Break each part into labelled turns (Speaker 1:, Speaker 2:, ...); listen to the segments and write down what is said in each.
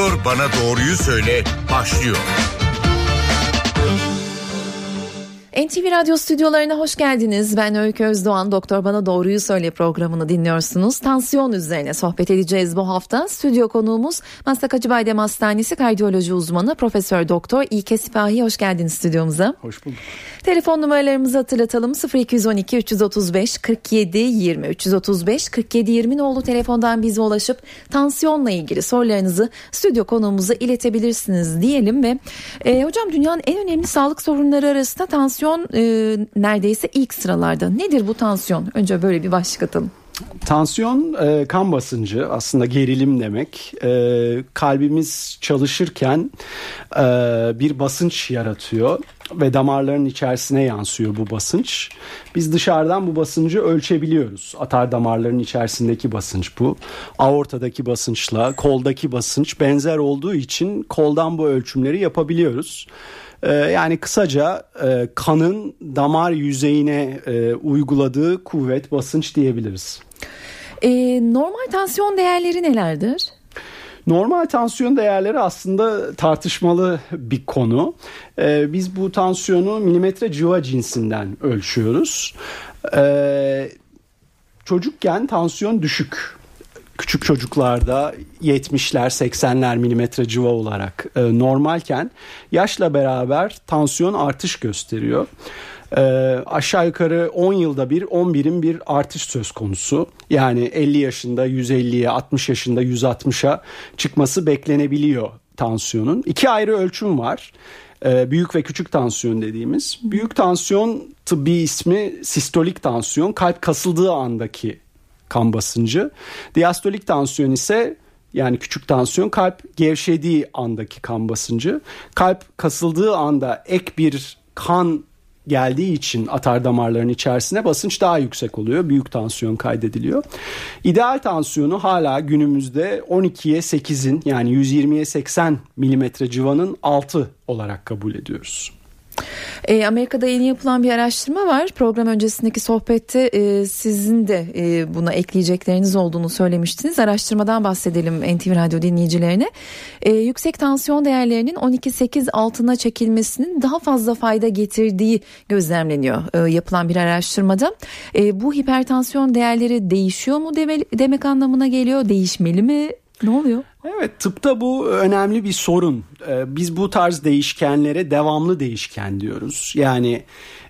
Speaker 1: Doktor Bana Doğruyu Söyle başlıyor.
Speaker 2: NTV Radyo stüdyolarına hoş geldiniz. Ben Öykü Özdoğan. Doktor Bana Doğruyu Söyle programını dinliyorsunuz. Tansiyon üzerine sohbet edeceğiz bu hafta. Stüdyo konuğumuz Maslak Acıbadem Hastanesi Kardiyoloji Uzmanı Profesör Doktor İlke Sipahi. Hoş geldiniz stüdyomuza.
Speaker 3: Hoş bulduk.
Speaker 2: Telefon numaralarımızı hatırlatalım. 0212 335 47 20 335 47 20 nolu telefondan bize ulaşıp tansiyonla ilgili sorularınızı stüdyo konuğumuza iletebilirsiniz diyelim ve hocam dünyanın en önemli sağlık sorunları arasında tansiyon neredeyse ilk sıralarda. Nedir bu tansiyon? Önce böyle bir başlık atalım.
Speaker 3: Tansiyon kan basıncı, aslında gerilim demek. Kalbimiz çalışırken bir basınç yaratıyor ve damarların içerisine yansıyor bu basınç. Biz dışarıdan bu basıncı ölçebiliyoruz. Atar damarların içerisindeki basınç bu. Aortadaki basınçla koldaki basınç benzer olduğu için koldan bu ölçümleri yapabiliyoruz. Yani kısaca kanın damar yüzeyine uyguladığı kuvvet, basınç diyebiliriz.
Speaker 2: Normal tansiyon değerleri nelerdir?
Speaker 3: Normal tansiyon değerleri aslında tartışmalı bir konu. Biz bu tansiyonu milimetre civa cinsinden ölçüyoruz. Çocukken tansiyon düşük. Küçük çocuklarda 70'ler 80'ler milimetre civa olarak normalken yaşla beraber tansiyon artış gösteriyor. Aşağı yukarı 10 yılda bir 10 birim bir artış söz konusu. Yani 50 yaşında 150'ye, 60 yaşında 160'a çıkması beklenebiliyor tansiyonun. İki ayrı ölçüm var. Büyük ve küçük tansiyon dediğimiz. Büyük tansiyon, tıbbi ismi sistolik tansiyon, kalp kasıldığı andaki kan basıncı. Diastolik tansiyon ise, yani küçük tansiyon, kalp gevşediği andaki kan basıncı. Kalp kasıldığı anda ek bir kan geldiği için atar damarların içerisine basınç daha yüksek oluyor. Büyük tansiyon kaydediliyor. İdeal tansiyonu hala günümüzde 12'ye 8'in, yani 120'ye 80 milimetre civanın altı olarak kabul ediyoruz.
Speaker 2: Amerika'da yeni yapılan bir araştırma var. Program öncesindeki sohbette sizin de buna ekleyecekleriniz olduğunu söylemiştiniz. Araştırmadan bahsedelim NTV Radyo dinleyicilerine. Yüksek tansiyon değerlerinin 12-8 altına çekilmesinin daha fazla fayda getirdiği gözlemleniyor yapılan bir araştırmada. Bu hipertansiyon değerleri değişiyor mu demek anlamına geliyor? Değişmeli mi? Ne oluyor?
Speaker 3: Evet, tıpta bu önemli bir sorun. Biz bu tarz değişkenlere devamlı değişken diyoruz. Yani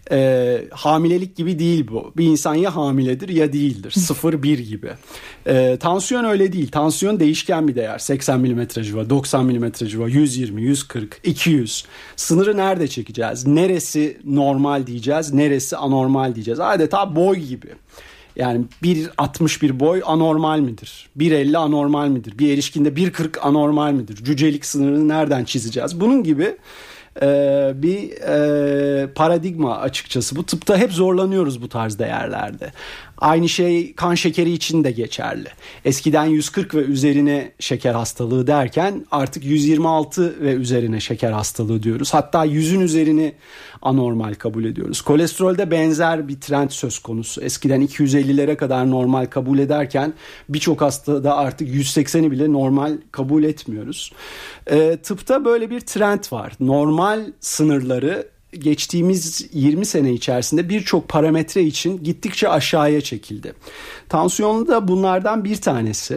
Speaker 3: hamilelik gibi değil bu. Bir insan ya hamiledir ya değildir. 0-1 gibi. Tansiyon öyle değil. Tansiyon değişken bir değer. 80 milimetre civa, 90 milimetre civa, 120, 140, 200. Sınırı nerede çekeceğiz? Neresi normal diyeceğiz, neresi anormal diyeceğiz. Adeta boy gibi. Yani 1.60 bir boy anormal midir? 1.50 anormal midir? Bir erişkinde 1.40 anormal midir? Cücelik sınırını nereden çizeceğiz? Bunun gibi bir paradigma açıkçası. Bu tıpta hep zorlanıyoruz bu tarz değerlerde. Aynı şey kan şekeri için de geçerli. Eskiden 140 ve üzerine şeker hastalığı derken artık 126 ve üzerine şeker hastalığı diyoruz. Hatta 100'ün üzerini anormal kabul ediyoruz. Kolesterolde benzer bir trend söz konusu. Eskiden 250'lere kadar normal kabul ederken birçok hastada artık 180'i bile normal kabul etmiyoruz. Tıpta böyle bir trend var. Normal sınırları geçtiğimiz 20 sene içerisinde birçok parametre için gittikçe aşağıya çekildi. Tansiyon da bunlardan bir tanesi.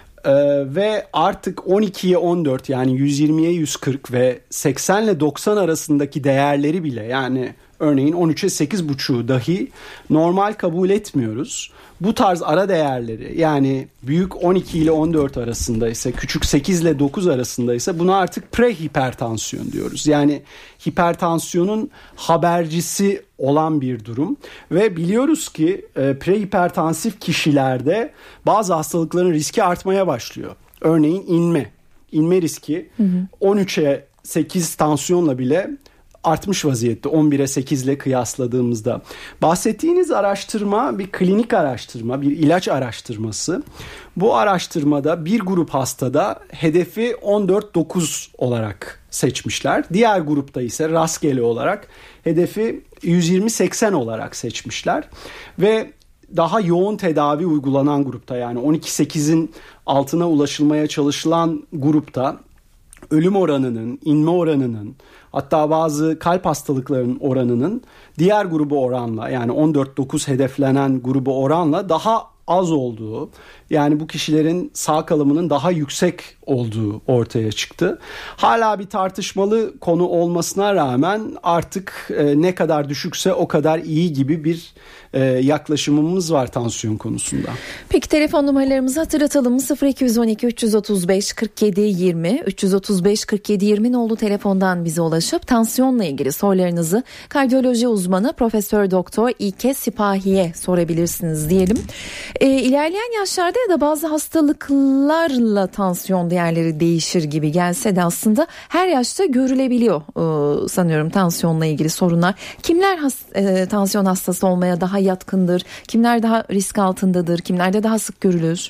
Speaker 3: Ve artık 12'ye 14, yani 120'ye 140 ve 80 ile 90 arasındaki değerleri bile, yani örneğin 13'e 8,5'u dahi normal kabul etmiyoruz. Bu tarz ara değerleri, yani büyük 12 ile 14 arasında ise, küçük 8 ile 9 arasında ise buna artık prehipertansiyon diyoruz. Yani hipertansiyonun habercisi olan bir durum ve biliyoruz ki prehipertansif kişilerde bazı hastalıkların riski artmaya başlıyor. Örneğin inme riski 13'e 8 tansiyonla bile artmış vaziyette 11'e 8 ile kıyasladığımızda. Bahsettiğiniz araştırma bir klinik araştırma, bir ilaç araştırması. Bu araştırmada bir grup hastada hedefi 14-9 olarak seçmişler. Diğer grupta ise rastgele olarak hedefi 120-80 olarak seçmişler. Ve daha yoğun tedavi uygulanan grupta, yani 12-8'in altına ulaşılmaya çalışılan grupta ölüm oranının, inme oranının, hatta bazı kalp hastalıklarının oranının diğer grubu oranla, yani 14-9 hedeflenen grubu oranla daha az olduğu, yani bu kişilerin sağ kalımının daha yüksek olduğu ortaya çıktı. Hala bir tartışmalı konu olmasına rağmen artık ne kadar düşükse o kadar iyi gibi bir yaklaşımımız var tansiyon konusunda.
Speaker 2: Peki telefon numaralarımızı hatırlatalım. 0212 335 47 20 335 47 20 nolu telefondan bize ulaşıp tansiyonla ilgili sorularınızı kardiyoloji uzmanı Profesör Doktor İlke Sipahi'ye sorabilirsiniz diyelim. İlerleyen yaşlarda ya da bazı hastalıklarla tansiyon değerleri değişir gibi gelse de aslında her yaşta görülebiliyor sanıyorum tansiyonla ilgili sorunlar. Kimler tansiyon hastası olmaya daha yatkındır? Kimler daha risk altındadır? Kimlerde daha sık görülür?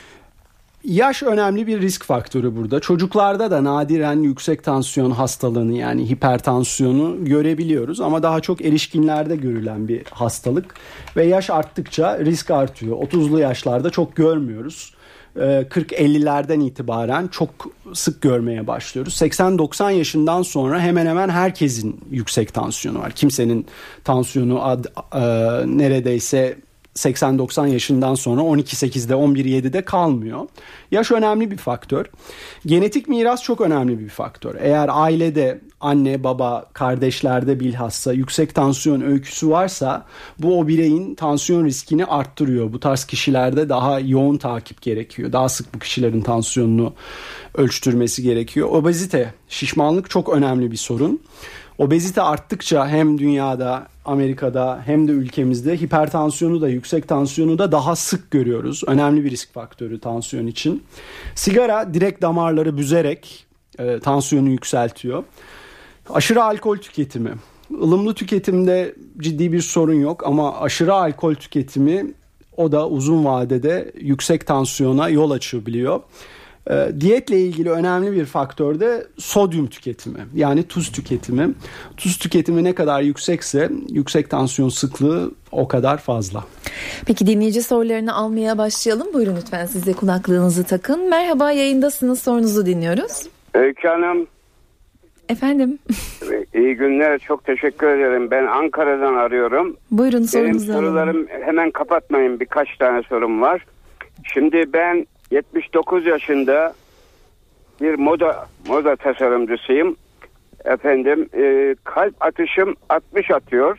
Speaker 3: Yaş önemli bir risk faktörü burada. Çocuklarda da nadiren yüksek tansiyon hastalığını, yani hipertansiyonu görebiliyoruz ama daha çok erişkinlerde görülen bir hastalık ve yaş arttıkça risk artıyor. 30'lu yaşlarda çok görmüyoruz. 40-50'lerden itibaren çok sık görmeye başlıyoruz. 80-90 yaşından sonra hemen hemen herkesin yüksek tansiyonu var. Kimsenin tansiyonu neredeyse 80-90 yaşından sonra 12-8'de 11-7'de kalmıyor. Yaş önemli bir faktör. Genetik miras çok önemli bir faktör. Eğer ailede anne, baba, kardeşlerde bilhassa yüksek tansiyon öyküsü varsa bu o bireyin tansiyon riskini arttırıyor. Bu tarz kişilerde daha yoğun takip gerekiyor. Daha sık bu kişilerin tansiyonunu ölçtürmesi gerekiyor. Obezite, şişmanlık çok önemli bir sorun. Obezite arttıkça hem dünyada, Amerika'da hem de ülkemizde hipertansiyonu da yüksek tansiyonu da daha sık görüyoruz. Önemli bir risk faktörü tansiyon için. Sigara direkt damarları büzerek tansiyonu yükseltiyor. Aşırı alkol tüketimi. Ilımlı tüketimde ciddi bir sorun yok ama aşırı alkol tüketimi o da uzun vadede yüksek tansiyona yol açabiliyor. Diyetle ilgili önemli bir faktör de sodyum tüketimi, yani tuz tüketimi. Tuz tüketimi ne kadar yüksekse yüksek tansiyon sıklığı o kadar fazla.
Speaker 2: Peki dinleyici sorularını almaya başlayalım. Buyurun lütfen, siz de kulaklığınızı takın. Merhaba, yayındasınız, sorunuzu dinliyoruz.
Speaker 4: Öykü Hanım.
Speaker 2: Efendim.
Speaker 4: İyi günler, çok teşekkür ederim. Ben Ankara'dan arıyorum.
Speaker 2: Buyurun, sorunuzu
Speaker 4: alalım. Benim sorularım hemen kapatmayın, birkaç tane sorum var. Şimdi ben 79 yaşında bir moda tasarımcısıyım. Efendim, kalp atışım 60 atıyor.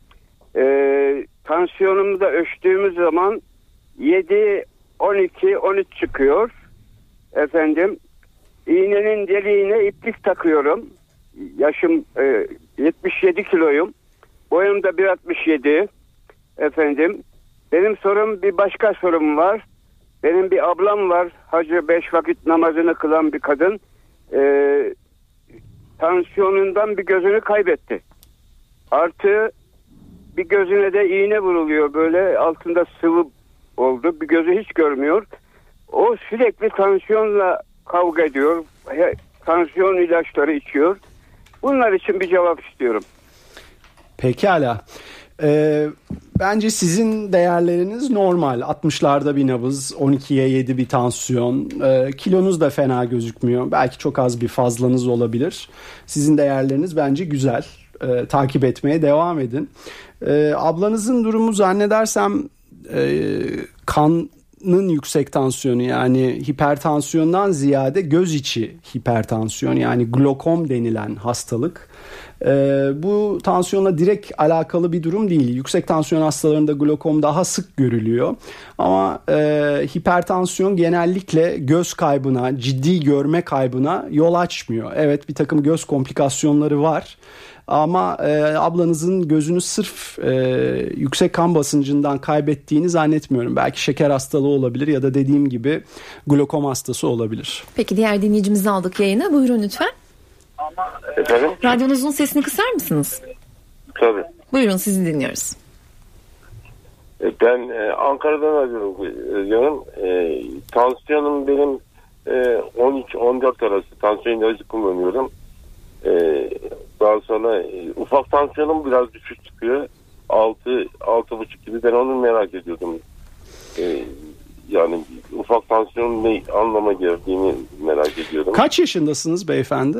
Speaker 4: Tansiyonumu da ölçtüğümüz zaman 7, 12, 13 çıkıyor. Efendim, iğnenin deliğine iplik takıyorum. Yaşım 77 kiloyum. Boyum da 1.67. Efendim, benim sorum, bir başka sorum var. Benim bir ablam var. Hacı, 5 vakit namazını kılan bir kadın. Tansiyonundan bir gözünü kaybetti. Artı bir gözüne de iğne vuruluyor. Böyle altında sıvı oldu. Bir gözü hiç görmüyor. O sürekli tansiyonla kavga ediyor. Tansiyon ilaçları içiyor. Bunlar için bir cevap istiyorum.
Speaker 3: Pekala. Bence sizin değerleriniz normal. 60'larda bir nabız, 12'ye 7 bir tansiyon. Kilonuz da fena gözükmüyor. Belki çok az bir fazlanız olabilir. Sizin değerleriniz bence güzel. Takip etmeye devam edin. Ablanızın durumu zannedersem kanın yüksek tansiyonu, yani hipertansiyondan ziyade göz içi hipertansiyon, yani glokom denilen hastalık. Bu tansiyonla direkt alakalı bir durum değil. Yüksek tansiyon hastalarında glokom daha sık görülüyor. Ama hipertansiyon genellikle göz kaybına, ciddi görme kaybına yol açmıyor. Evet, bir takım göz komplikasyonları var. Ama ablanızın gözünü sırf yüksek kan basıncından kaybettiğini zannetmiyorum. Belki şeker hastalığı olabilir ya da dediğim gibi glokom hastası olabilir.
Speaker 2: Peki, diğer dinleyicimizi aldık yayına. Buyurun lütfen.
Speaker 4: Efendim?
Speaker 2: Radyonuzun sesini kısar mısınız?
Speaker 4: Tabii.
Speaker 2: Buyurun, sizi dinliyoruz.
Speaker 5: Ben Ankara'dan arıyorum. Tansiyonum benim 13-14 arası. Tansiyon ilacı kullanıyorum. Daha sonra ufak tansiyonum biraz düşük çıkıyor. 6-6,5 gibi. Ben onu merak ediyordum. Yani ufak tansiyonun ne anlama geldiğini merak ediyorum.
Speaker 3: Kaç yaşındasınız beyefendi?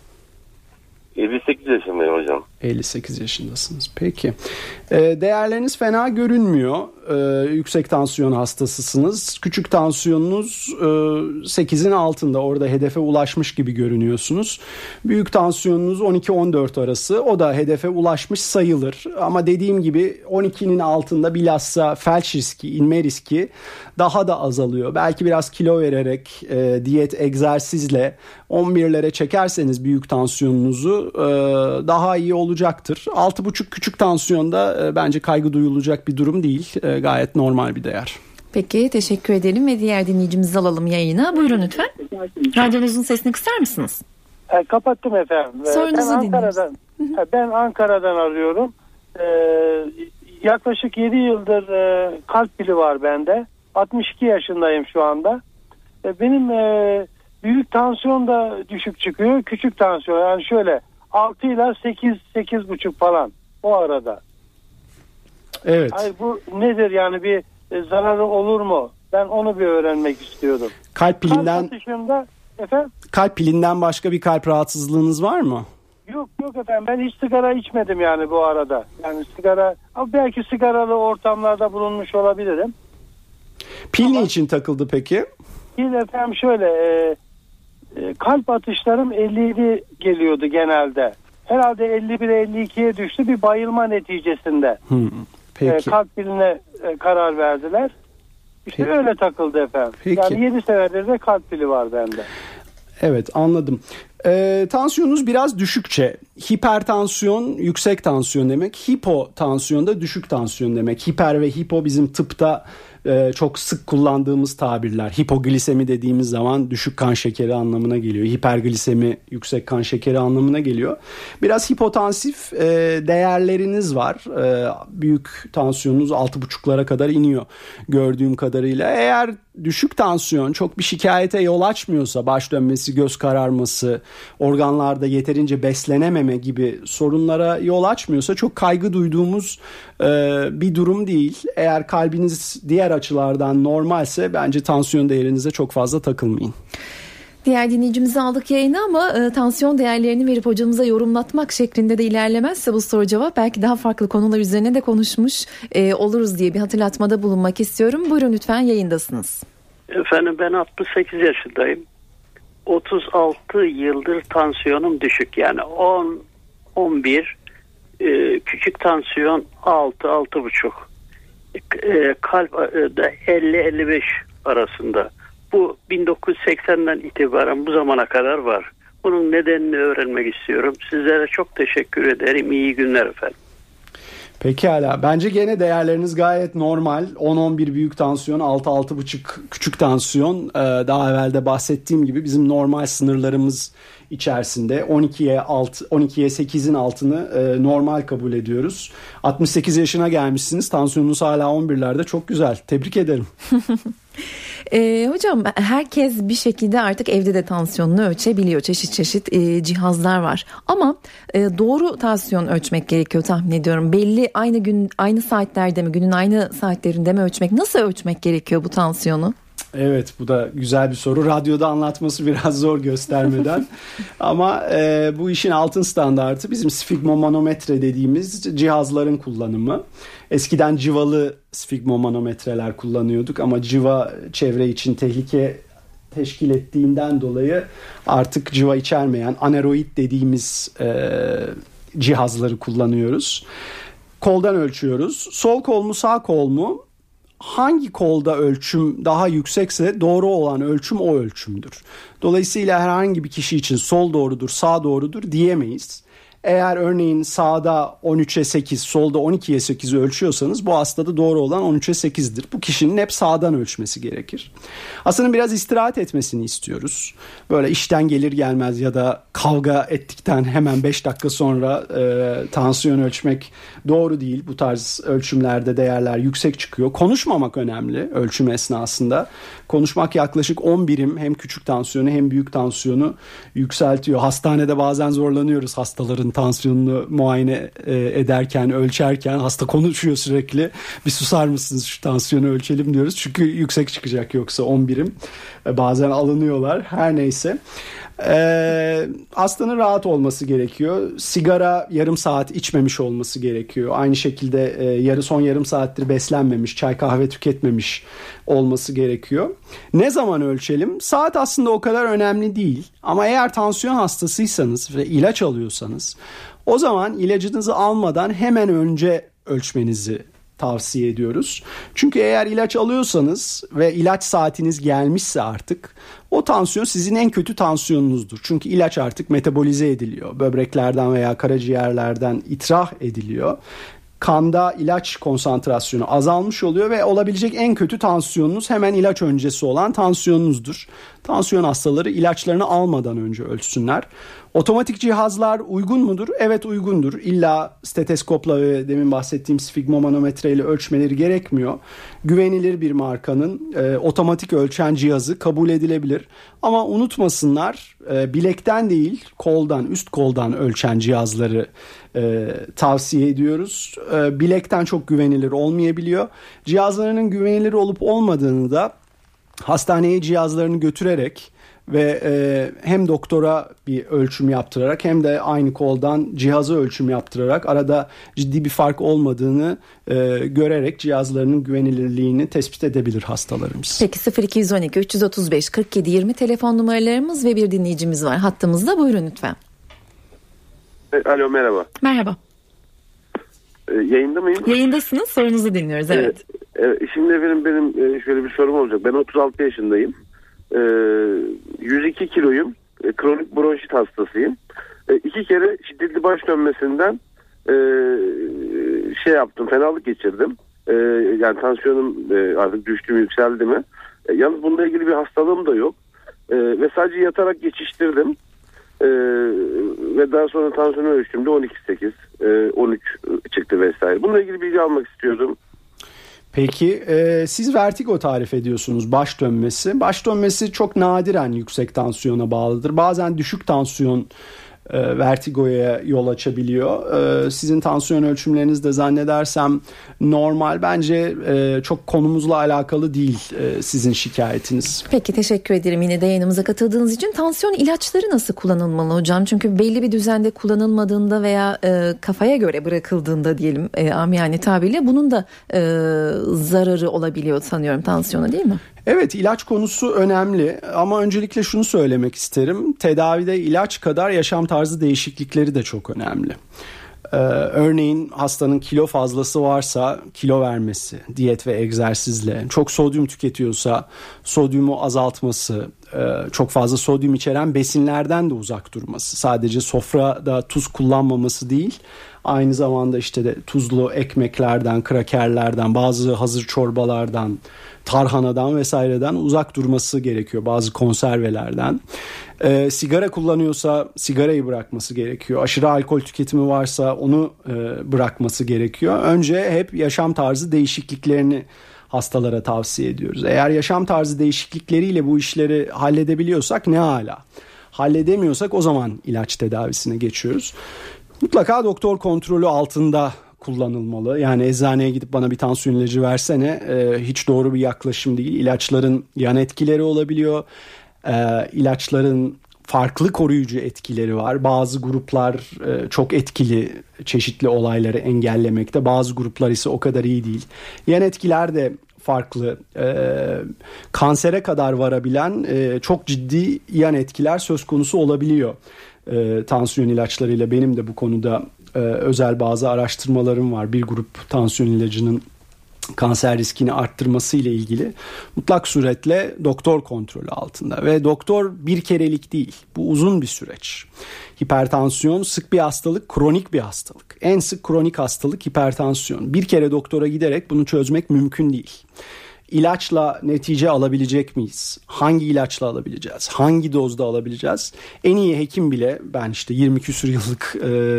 Speaker 5: 58 yaşındayım hocam.
Speaker 3: 58 yaşındasınız. Peki. Değerleriniz fena görünmüyor. Yüksek tansiyon hastasısınız. Küçük tansiyonunuz 8'in altında. Orada hedefe ulaşmış gibi görünüyorsunuz. Büyük tansiyonunuz 12-14 arası. O da hedefe ulaşmış sayılır. Ama dediğim gibi 12'nin altında bilhassa felç riski, inme riski daha da azalıyor. Belki biraz kilo vererek, diyet, egzersizle 11'lere çekerseniz büyük tansiyonunuzu daha iyi olacaktır. 6,5 küçük tansiyonda bence kaygı duyulacak bir durum değil. Gayet normal bir değer.
Speaker 2: Peki, teşekkür edelim ve diğer dinleyicimizi alalım yayına. Buyurun lütfen. Radyonuzun sesini kısar mısınız?
Speaker 6: Kapattım efendim.
Speaker 2: Sorunuzu dinliyoruz.
Speaker 6: Ben Ankara'dan arıyorum. Yaklaşık 7 yıldır kalp pili var bende. 62 yaşındayım şu anda. Benim büyük tansiyon da düşük çıkıyor. Küçük tansiyon yani şöyle 6 ile 8,5 falan o arada.
Speaker 3: Evet.
Speaker 6: Hayır, bu nedir yani, bir zararı olur mu? Ben onu bir öğrenmek istiyordum.
Speaker 3: Kalp pilinden başka bir kalp rahatsızlığınız var mı?
Speaker 6: Yok efendim, ben hiç sigara içmedim yani bu arada. Yani sigara, belki sigaralı ortamlarda bulunmuş olabilirim.
Speaker 3: Pil ne için takıldı peki?
Speaker 6: Pil efendim şöyle, kalp atışlarım 57 geliyordu genelde. Herhalde 51'e 52'ye düştü bir bayılma neticesinde.
Speaker 3: Peki.
Speaker 6: Kalp piline karar verdiler. İşte
Speaker 3: Peki.
Speaker 6: öyle takıldı efendim.
Speaker 3: Peki.
Speaker 6: Yani 7 senedir de kalp pili var bende.
Speaker 3: Evet, anladım. Tansiyonunuz biraz düşükçe, hipertansiyon yüksek tansiyon demek, hipotansiyon da düşük tansiyon demek. Hiper ve hipo bizim tıpta çok sık kullandığımız tabirler. Hipoglisemi dediğimiz zaman düşük kan şekeri anlamına geliyor. Hiperglisemi yüksek kan şekeri anlamına geliyor. Biraz hipotansif değerleriniz var. Büyük tansiyonunuz 6,5'lara kadar iniyor gördüğüm kadarıyla. Eğer düşük tansiyon çok bir şikayete yol açmıyorsa, baş dönmesi, göz kararması, organlarda yeterince beslenememe gibi sorunlara yol açmıyorsa çok kaygı duyduğumuz bir durum değil. Eğer kalbiniz diğer açılardan normalse bence tansiyon değerinize çok fazla takılmayın.
Speaker 2: Diğer dinleyicimizi aldık yayına ama tansiyon değerlerini verip hocamıza yorumlatmak şeklinde de ilerlemezse bu soru cevap belki daha farklı konular üzerine de konuşmuş oluruz diye bir hatırlatmada bulunmak istiyorum. Buyurun lütfen, yayındasınız.
Speaker 7: Efendim ben 68 yaşındayım. 36 yıldır tansiyonum düşük. Yani 10-11, küçük tansiyon 6-6,5. Kalp da 50-55 arasında. Bu 1980'den itibaren bu zamana kadar var. Bunun nedenini öğrenmek istiyorum. Sizlere çok teşekkür ederim. İyi günler efendim.
Speaker 3: Pekala. Bence gene değerleriniz gayet normal. 10-11 büyük tansiyon, 6-6,5 küçük tansiyon. Daha evvel de bahsettiğim gibi bizim normal sınırlarımız içerisinde 12'ye 8'in altını normal kabul ediyoruz. 68 yaşına gelmişsiniz. Tansiyonunuz hala 11'lerde. Çok güzel. Tebrik ederim.
Speaker 2: Hocam herkes bir şekilde artık evde de tansiyonunu ölçebiliyor. Çeşit çeşit cihazlar var. Ama doğru tansiyon ölçmek gerekiyor tahmin ediyorum. Belli aynı gün aynı saatlerde mi, günün aynı saatlerinde mi ölçmek? Nasıl ölçmek gerekiyor bu tansiyonu?
Speaker 3: Evet, bu da güzel bir soru. Radyoda anlatması biraz zor göstermeden. Ama bu işin altın standartı bizim sfigmomanometre dediğimiz cihazların kullanımı. Eskiden civalı sfigmomanometreler kullanıyorduk ama civa çevre için tehlike teşkil ettiğinden dolayı artık civa içermeyen aneroid dediğimiz cihazları kullanıyoruz. Koldan ölçüyoruz. Sol kol mu, sağ kol mu? Hangi kolda ölçüm daha yüksekse doğru olan ölçüm o ölçümdür. Dolayısıyla herhangi bir kişi için sol doğrudur, sağ doğrudur diyemeyiz. Eğer örneğin sağda 13'e 8, solda 12'ye 8 ölçüyorsanız bu hastada doğru olan 13'e 8'dir. Bu kişinin hep sağdan ölçmesi gerekir. Hastanın biraz istirahat etmesini istiyoruz. Böyle işten gelir gelmez ya da kavga ettikten hemen 5 dakika sonra tansiyon ölçmek doğru değil. Bu tarz ölçümlerde değerler yüksek çıkıyor. Konuşmamak önemli ölçüm esnasında. Konuşmak yaklaşık 10 birim hem küçük tansiyonu hem büyük tansiyonu yükseltiyor. Hastanede bazen zorlanıyoruz hastaların hastaların tansiyonunu muayene ederken, ölçerken hasta konuşuyor sürekli. Bir susar mısınız, şu tansiyonu ölçelim diyoruz. Çünkü yüksek çıkacak yoksa 10 birim. Bazen alınıyorlar. Her neyse. Hastanın rahat olması gerekiyor. Sigara yarım saat içmemiş olması gerekiyor. Aynı şekilde son yarım saattir beslenmemiş, çay kahve tüketmemiş olması gerekiyor. Ne zaman ölçelim? Saat aslında o kadar önemli değil. Ama eğer tansiyon hastasıysanız ve ilaç alıyorsanız, o zaman ilacınızı almadan hemen önce ölçmenizi tavsiye ediyoruz. Çünkü eğer ilaç alıyorsanız ve ilaç saatiniz gelmişse artık, o tansiyon sizin en kötü tansiyonunuzdur. Çünkü ilaç artık metabolize ediliyor. Böbreklerden veya karaciğerlerden ithal ediliyor. Kanda ilaç konsantrasyonu azalmış oluyor ve olabilecek en kötü tansiyonunuz hemen ilaç öncesi olan tansiyonunuzdur. Tansiyon hastaları ilaçlarını almadan önce ölçsünler. Otomatik cihazlar uygun mudur? Evet, uygundur. İlla steteskopla ve demin bahsettiğim sfigmomanometre ile ölçmeleri gerekmiyor. Güvenilir bir markanın otomatik ölçen cihazı kabul edilebilir. Ama unutmasınlar, bilekten değil koldan, üst koldan ölçen cihazları tavsiye ediyoruz. Bilekten çok güvenilir olmayabiliyor. Cihazlarının güvenilir olup olmadığını da hastaneye cihazlarını götürerek ve hem doktora bir ölçüm yaptırarak hem de aynı koldan cihaza ölçüm yaptırarak arada ciddi bir fark olmadığını görerek cihazlarının güvenilirliğini tespit edebilir hastalarımız.
Speaker 2: Peki 0212 335 47 20 telefon numaralarımız ve bir dinleyicimiz var hattımızda. Buyurun lütfen.
Speaker 5: Alo, merhaba.
Speaker 2: Merhaba.
Speaker 5: Yayında mıyım?
Speaker 2: Yayındasınız, sorunuzu dinliyoruz. Evet.
Speaker 5: Şimdi efendim benim şöyle bir sorum olacak. Ben 36 yaşındayım. 102 kiloyum. Kronik bronşit hastasıyım. 2 kere şiddetli baş dönmesinden yaptım. Fenalık geçirdim. Yani tansiyonum artık düştü mü, yükseldi mi? Yalnız bununla ilgili bir hastalığım da yok. Ve sadece yatarak geçiştirdim. Ve daha sonra tansiyonu ölçtüğümde 12,8, 13 çıktı vesaire. Bununla ilgili bilgi almak istiyordum.
Speaker 3: Peki siz vertigo tarif ediyorsunuz, baş dönmesi. Baş dönmesi çok nadiren yüksek tansiyona bağlıdır. Bazen düşük tansiyon vertigoya yol açabiliyor. Sizin tansiyon ölçümleriniz de zannedersem normal. Bence çok konumuzla alakalı değil sizin şikayetiniz.
Speaker 2: Peki, teşekkür ederim yine de yayınımıza katıldığınız için. Tansiyon ilaçları nasıl kullanılmalı hocam? Çünkü belli bir düzende kullanılmadığında veya kafaya göre bırakıldığında diyelim amiyane tabirle bunun da zararı olabiliyor sanıyorum tansiyona, değil mi?
Speaker 3: Evet, ilaç konusu önemli ama öncelikle şunu söylemek isterim. Tedavide ilaç kadar yaşam tarzı değişiklikleri de çok önemli. Örneğin hastanın kilo fazlası varsa kilo vermesi, diyet ve egzersizle, çok sodyum tüketiyorsa sodyumu azaltması, çok fazla sodyum içeren besinlerden de uzak durması. Sadece sofrada tuz kullanmaması değil, aynı zamanda işte de tuzlu ekmeklerden, krakerlerden, bazı hazır çorbalardan, tarhanadan vesaireden uzak durması gerekiyor. Bazı konservelerden. Sigara kullanıyorsa sigarayı bırakması gerekiyor. Aşırı alkol tüketimi varsa onu bırakması gerekiyor. Önce hep yaşam tarzı değişikliklerini hastalara tavsiye ediyoruz. Eğer yaşam tarzı değişiklikleriyle bu işleri halledebiliyorsak ne âlâ. Halledemiyorsak o zaman ilaç tedavisine geçiyoruz. Mutlaka doktor kontrolü altında kullanılmalı. Yani eczaneye gidip bana bir tansiyon ilacı versene hiç doğru bir yaklaşım değil. İlaçların yan etkileri olabiliyor. İlaçların farklı koruyucu etkileri var. Bazı gruplar çok etkili çeşitli olayları engellemekte. Bazı gruplar ise o kadar iyi değil. Yan etkiler de farklı. Kansere kadar varabilen çok ciddi yan etkiler söz konusu olabiliyor. Tansiyon ilaçlarıyla benim de bu konuda özel bazı araştırmalarım var. Bir grup tansiyon ilacının kanser riskini arttırması ile ilgili mutlak suretle doktor kontrolü altında ve doktor bir kerelik değil, bu uzun bir süreç. Hipertansiyon sık bir hastalık, kronik bir hastalık. En sık kronik hastalık hipertansiyon. Bir kere doktora giderek bunu çözmek mümkün değil. İlaçla netice alabilecek miyiz? Hangi ilaçla alabileceğiz? Hangi dozda alabileceğiz? En iyi hekim bile, ben işte 20 küsur yıllık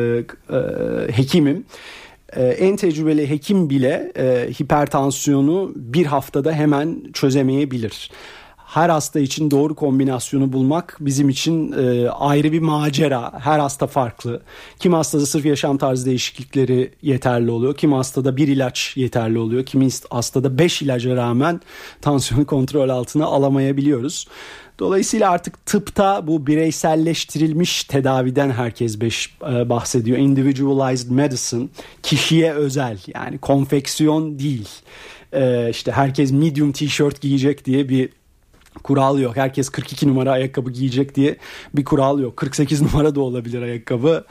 Speaker 3: hekimim. En tecrübeli hekim bile hipertansiyonu bir haftada hemen çözemeyebilir. her hasta için doğru kombinasyonu bulmak bizim için ayrı bir macera. Her hasta farklı. Kim hastada sırf yaşam tarzı değişiklikleri yeterli oluyor. Kim hastada bir ilaç yeterli oluyor. Kimi hastada 5 ilaca rağmen tansiyonu kontrol altına alamayabiliyoruz. Dolayısıyla artık tıpta bu bireyselleştirilmiş tedaviden herkes bahsediyor. Individualized medicine, kişiye özel, yani konfeksiyon değil. İşte herkes medium tişört giyecek diye bir kural yok. Herkes 42 numara ayakkabı giyecek diye bir kural yok. 48 numara da olabilir ayakkabı,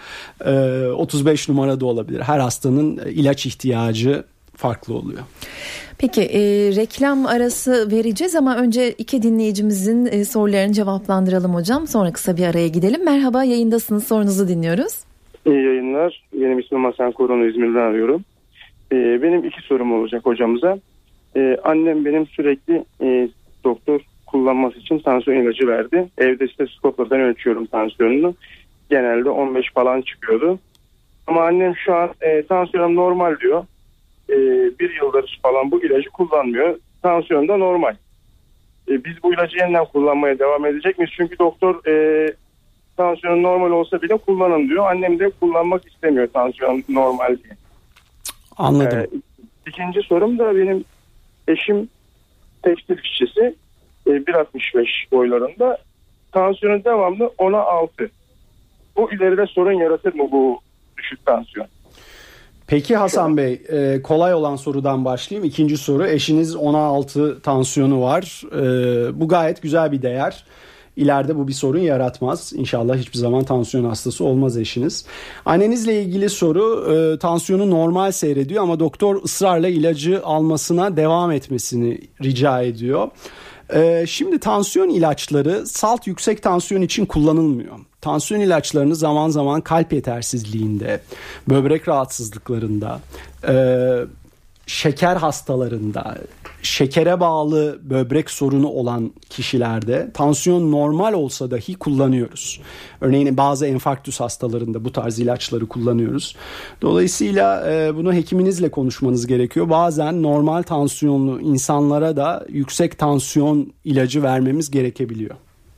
Speaker 3: 35 numara da olabilir. Her hastanın ilaç ihtiyacı farklı oluyor.
Speaker 2: Peki reklam arası vereceğiz ama önce iki dinleyicimizin sorularını cevaplandıralım hocam. Sonra kısa bir araya gidelim. Merhaba, yayındasınız, sorunuzu dinliyoruz.
Speaker 8: İyi yayınlar. Benim ismim Hasan Koronu, İzmir'den arıyorum. Benim 2 sorum olacak hocamıza. Annem benim sürekli doktor kullanması için tansiyon ilacı verdi. Evde stetoskopla ölçüyorum tansiyonunu. Genelde 15 falan çıkıyordu. Ama annem şu an tansiyonum normal diyor. 1 yıldır falan bu ilacı kullanmıyor. Tansiyon da normal. Biz bu ilacı yeniden kullanmaya devam edecek miyiz? Çünkü doktor tansiyonun normal olsa bile kullanın diyor. Annem de kullanmak istemiyor tansiyon normal diye.
Speaker 3: Anladım.
Speaker 8: İkinci sorum da benim eşim tekstil işçisi. 1.65 boylarında. Tansiyonu devamlı 10'a 6. Bu ileride sorun yaratır mı bu düşük tansiyon?
Speaker 3: Peki Hasan Bey, kolay olan sorudan başlayayım. İkinci soru, eşiniz 10'a 6 tansiyonu var. Bu gayet güzel bir değer. İleride bu bir sorun yaratmaz. İnşallah hiçbir zaman tansiyon hastası olmaz eşiniz. Annenizle ilgili soru, tansiyonu normal seyrediyor ama doktor ısrarla ilacı almasına devam etmesini rica ediyor. Şimdi tansiyon ilaçları salt yüksek tansiyon için kullanılmıyor. Tansiyon ilaçlarını zaman zaman kalp yetersizliğinde, böbrek rahatsızlıklarında, şeker hastalarında, şekere bağlı böbrek sorunu olan kişilerde tansiyon normal olsa dahi kullanıyoruz. Örneğin bazı enfarktüs hastalarında bu tarz ilaçları kullanıyoruz. Dolayısıyla bunu hekiminizle konuşmanız gerekiyor. Bazen normal tansiyonlu insanlara da yüksek tansiyon ilacı vermemiz gerekebiliyor.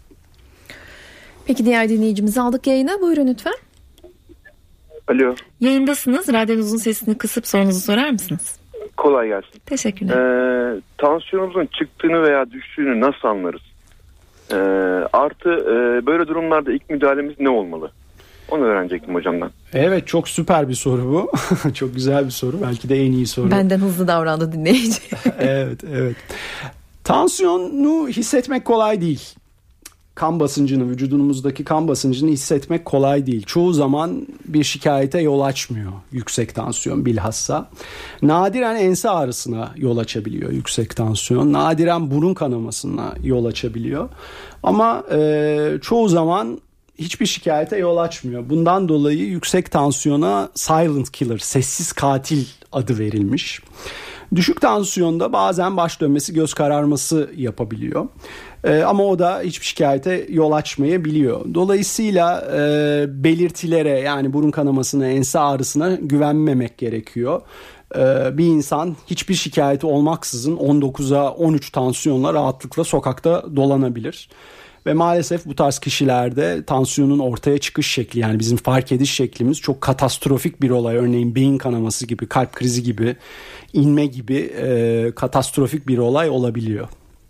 Speaker 2: Peki diğer dinleyicimizi aldık yayına. Buyurun lütfen.
Speaker 9: Alo.
Speaker 2: Yayındasınız. Radyonuzun sesini kısıp sorunuzu sorar mısınız?
Speaker 9: Kolay gelsin.
Speaker 2: Teşekkürler.
Speaker 9: Tansiyonumuzun çıktığını veya düştüğünü nasıl anlarız? Artı böyle durumlarda ilk müdahalemiz ne olmalı? Onu öğrenecektim hocamdan.
Speaker 3: Evet, çok süper bir soru bu. Çok güzel bir soru. Belki de en iyi soru.
Speaker 2: Benden hızlı davrandı dinleyici.
Speaker 3: Evet. Tansiyonu hissetmek kolay değil. Kan basıncını, vücudumuzdaki kan basıncını hissetmek kolay değil. Çoğu zaman bir şikayete yol açmıyor yüksek tansiyon bilhassa. Nadiren ense ağrısına yol açabiliyor yüksek tansiyon. Nadiren burun kanamasına yol açabiliyor. Ama çoğu zaman hiçbir şikayete yol açmıyor. Bundan dolayı yüksek tansiyona silent killer, sessiz katil adı verilmiş. Düşük tansiyonda bazen baş dönmesi, göz kararması yapabiliyor. Ama o da hiçbir şikayete yol açmayabiliyor. Dolayısıyla belirtilere, yani burun kanamasına, ense ağrısına güvenmemek gerekiyor. Bir insan hiçbir şikayeti olmaksızın 19'a 13 tansiyonla rahatlıkla sokakta dolanabilir. Ve maalesef bu tarz kişilerde tansiyonun ortaya çıkış şekli, yani bizim fark ediş şeklimiz çok katastrofik bir olay. Örneğin beyin kanaması gibi, kalp krizi gibi, inme gibi katastrofik bir olay olabiliyor.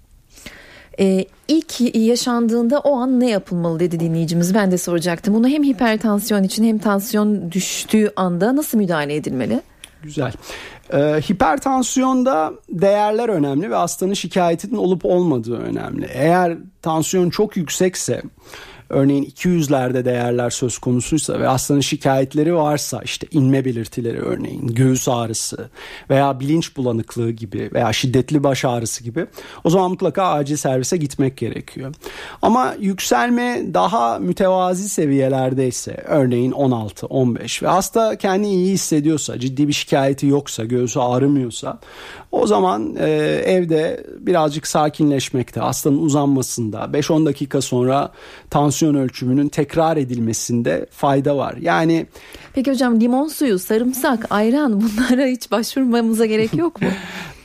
Speaker 2: İlk yaşandığında o an ne yapılmalı dedi dinleyicimiz. Ben de soracaktım. Bunu hem hipertansiyon için hem tansiyon düştüğü anda nasıl müdahale edilmeli?
Speaker 3: Güzel. Hipertansiyonda değerler önemli ve hastanın şikayetinin olup olmadığı önemli. Eğer tansiyon çok yüksekse, örneğin 200'lerde değerler söz konusuysa ve hastanın şikayetleri varsa, işte inme belirtileri, örneğin göğüs ağrısı veya bilinç bulanıklığı gibi veya şiddetli baş ağrısı gibi, o zaman mutlaka acil servise gitmek gerekiyor. Ama yükselme daha mütevazi seviyelerdeyse, örneğin 16, 15 ve hasta kendini iyi hissediyorsa, ciddi bir şikayeti yoksa, göğsü ağrımıyorsa, o zaman evde birazcık sakinleşmekte, hastanın uzanmasında, 5-10 dakika sonra tansiyon ölçümünün tekrar edilmesinde fayda var. Yani
Speaker 2: peki hocam, limon suyu, sarımsak, ayran, bunlara hiç başvurmamıza gerek yok mu?